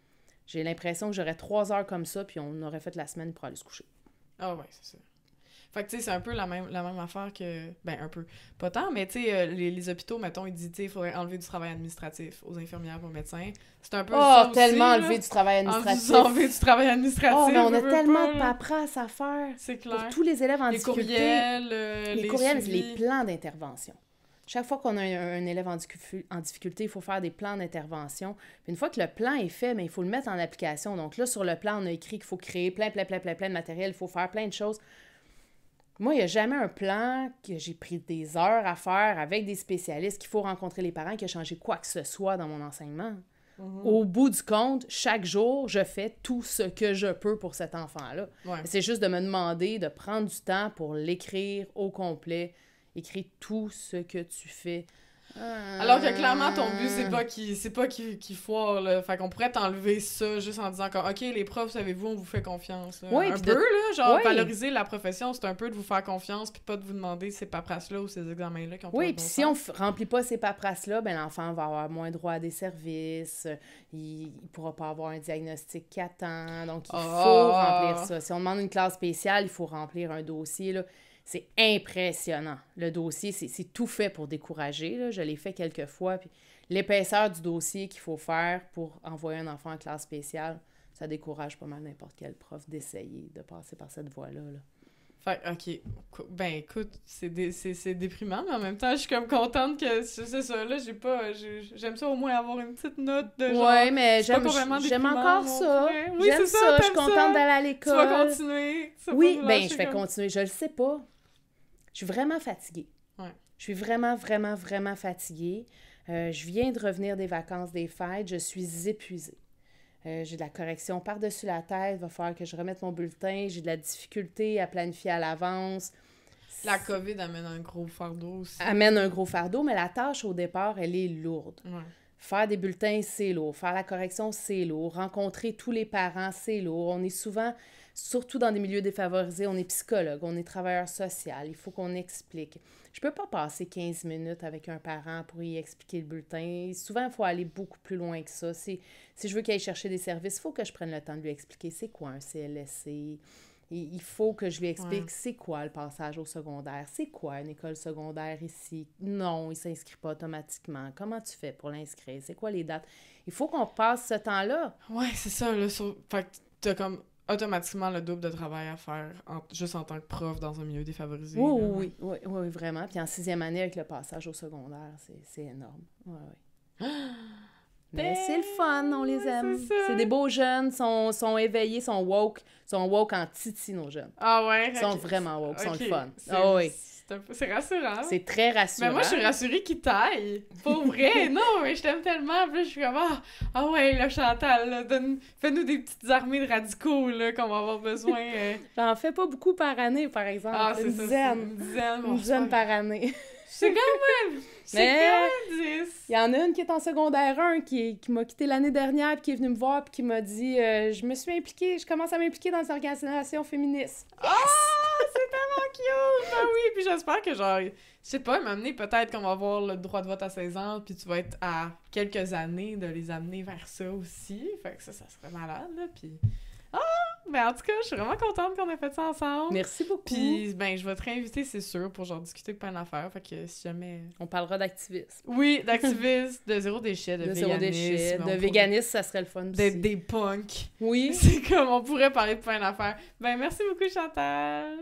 J'ai l'impression que j'aurais trois heures comme ça, puis on aurait fait la semaine pour aller se coucher. Ah ouais, c'est ça. Fait que, tu sais, c'est un peu la même, la même affaire que... Ben, un peu. Pas tant, mais, tu sais, euh, les, les hôpitaux, mettons, ils disent, tu sais, il faudrait enlever du travail administratif aux infirmières, aux médecins. C'est un peu oh, ça aussi, tellement là. enlever du travail administratif. Enlever du travail administratif. Oh, mais on a veux, tellement pas, de paperasse à faire. C'est clair. Pour tous les élèves en les difficulté. Courriels, euh, les, les courriels, suivis. les plans d'intervention. Chaque fois qu'on a un, un élève en, difficulté, en difficulté, il faut faire des plans d'intervention. Puis une fois que le plan est fait, mais il faut le mettre en application. Donc là, sur le plan, on a écrit qu'il faut créer plein, plein, plein, plein, plein de matériel, il faut faire plein de choses. Moi, il n'y a jamais un plan que j'ai pris des heures à faire avec des spécialistes, qu'il faut rencontrer les parents, qui a changé quoi que ce soit dans mon enseignement. Mm-hmm. Au bout du compte, chaque jour, je fais tout ce que je peux pour cet enfant-là. Ouais. C'est juste de me demander de prendre du temps pour l'écrire au complet. Écris tout ce que tu fais. Alors que clairement, ton but, c'est pas qu'il c'est pas qu'il qu'il foire, là. Fait qu'on pourrait t'enlever ça juste en disant que, OK, les profs, savez-vous, on vous fait confiance. Là. Oui, un peu, de... là, genre, oui. valoriser la profession, c'est un peu de vous faire confiance puis pas de vous demander ces paperasses-là ou ces examens-là qui ont Oui, pas de puis bon si sens. on f- remplit pas ces paperasses-là, ben l'enfant va avoir moins droit à des services, il, il pourra pas avoir un diagnostic qu'il attend, donc il oh. faut remplir ça. Si on demande une classe spéciale, il faut remplir un dossier, là. C'est impressionnant. Le dossier, c'est, c'est tout fait pour décourager. Là. Je l'ai fait quelques fois. Puis l'épaisseur du dossier qu'il faut faire pour envoyer un enfant en classe spéciale, ça décourage pas mal n'importe quel prof d'essayer de passer par cette voie-là. Là. Fait OK. Ben, écoute, c'est, dé- c'est, c'est déprimant, mais en même temps, je suis comme contente que c'est, c'est ça. Là, j'ai pas... j'ai- j'aime ça au moins avoir une petite note de genre... Ouais, mais c'est pas j'aime, complètement j'aime déprimant, encore mon ça. frère. Oui, J'aime c'est ça. ça, Je suis t'aimes contente ça. d'aller à Tu l'école. vas continuer. Tu vas Oui, pas ben lâcher je vais comme- continuer. Je le sais pas. Je suis vraiment fatiguée. Ouais. Je suis vraiment, vraiment, vraiment fatiguée. Euh, je viens de revenir des vacances des fêtes. Je suis épuisée. Euh, j'ai de la correction par-dessus la tête. Il va falloir que je remette mon bulletin. J'ai de la difficulté à planifier à l'avance. La COVID amène un gros fardeau aussi. Amène un gros fardeau, mais la tâche, au départ, elle est lourde. Ouais. Faire des bulletins, c'est lourd. Faire la correction, c'est lourd. Rencontrer tous les parents, c'est lourd. On est souvent, surtout dans des milieux défavorisés, on est psychologue, on est travailleur social. Il faut qu'on explique. Je peux pas passer quinze minutes avec un parent pour y expliquer le bulletin. Souvent, il faut aller beaucoup plus loin que ça. Si, si je veux qu'il aille chercher des services, il faut que je prenne le temps de lui expliquer c'est quoi un C L S C. Il faut que je lui explique Ouais. c'est quoi le passage au secondaire, c'est quoi une école secondaire ici. Non, il ne s'inscrit pas automatiquement. Comment tu fais pour l'inscrire? C'est quoi les dates? Il faut qu'on passe ce temps-là. Ouais, c'est ça, là. Sur... Fait que t'as comme automatiquement le double de travail à faire en... juste en tant que prof dans un milieu défavorisé. Oui, là. oui, oui, oui, oui, vraiment. Puis en sixième année, avec le passage au secondaire, c'est, c'est énorme. Ouais, ouais. Mais c'est le fun, on les Ouais, aime. c'est ça. C'est des beaux jeunes, sont, sont éveillés, sont woke, sont woke en titi, nos jeunes. Ah ouais? Ils sont ok. vraiment woke, ils sont Ok. le fun. C'est... Ah oui. C'est, un peu... c'est rassurant. C'est très rassurant. Mais moi, je suis rassurée qu'il taille. Pour vrai. Non, mais je t'aime tellement. Puis là, je suis comme, ah, ah ouais, là, Chantal, là, donne... fais-nous des petites armées de radicaux, là, qu'on va avoir besoin. euh. J'en fais pas beaucoup par année, par exemple. Ah, une c'est ça. dizaine. c'est Une dizaine. bon, Une c'est dizaine pas- par année. C'est quand même... C'est Mais- quand même dix. Il y en a une qui est en secondaire un qui, qui m'a quitté l'année dernière puis qui est venue me voir puis qui m'a dit euh, je me suis impliquée, je commence à m'impliquer dans les organisations féministes. Ah, c'est tellement cute! Ben oui, puis j'espère que genre, je sais pas, m'amener peut-être qu'on va avoir le droit de vote à seize ans, puis tu vas être à quelques années de les amener vers ça aussi. Fait que ça, ça serait malade, là, puis... Ah! Ben en tout cas, je suis vraiment contente qu'on ait fait ça ensemble. Merci beaucoup. Puis, ben, je vais te réinviter, c'est sûr, pour genre discuter de plein d'affaires. Fait que si jamais... On parlera d'activisme. Oui, d'activisme, de zéro déchet, de, De véganisme. zéro déchet, on de pourrait- véganisme, ça serait le fun aussi. D'être des punks. Oui. C'est comme, on pourrait parler de plein d'affaires. Ben, merci beaucoup, Chantal!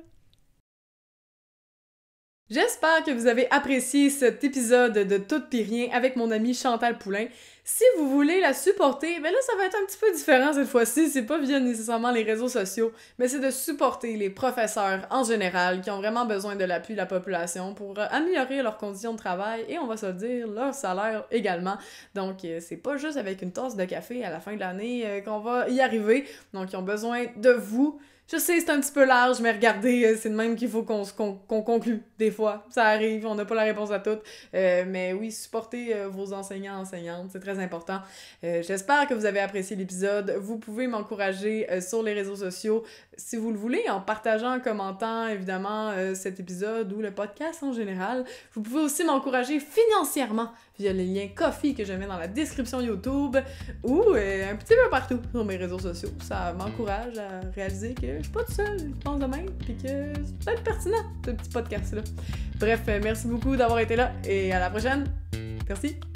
J'espère que vous avez apprécié cet épisode de Tout pis rien avec mon amie Chantal Poulain. Si vous voulez la supporter, ben là, ça va être un petit peu différent cette fois-ci. C'est pas via nécessairement les réseaux sociaux, mais c'est de supporter les professeurs en général qui ont vraiment besoin de l'appui de la population pour euh, améliorer leurs conditions de travail et, on va se le dire, leur salaire également. Donc, euh, c'est pas juste avec une tasse de café à la fin de l'année euh, qu'on va y arriver. Donc, ils ont besoin de vous. Je sais, c'est un petit peu large, mais regardez, euh, c'est de même qu'il faut qu'on, qu'on, qu'on conclue. Des fois, ça arrive, on n'a pas la réponse à toutes. Euh, mais oui, supportez euh, vos enseignants, enseignantes, c'est très important. Euh, j'espère que vous avez apprécié l'épisode. Vous pouvez m'encourager euh, sur les réseaux sociaux, si vous le voulez, en partageant, en commentant, évidemment, euh, cet épisode ou le podcast en général. Vous pouvez aussi m'encourager financièrement via les liens Ko-fi que je mets dans la description YouTube ou euh, un petit peu partout sur mes réseaux sociaux. Ça m'encourage à réaliser que je suis pas toute seule, je pense de même, puis que c'est peut-être pertinent, ce petit podcast-là. Bref, merci beaucoup d'avoir été là et à la prochaine. Merci.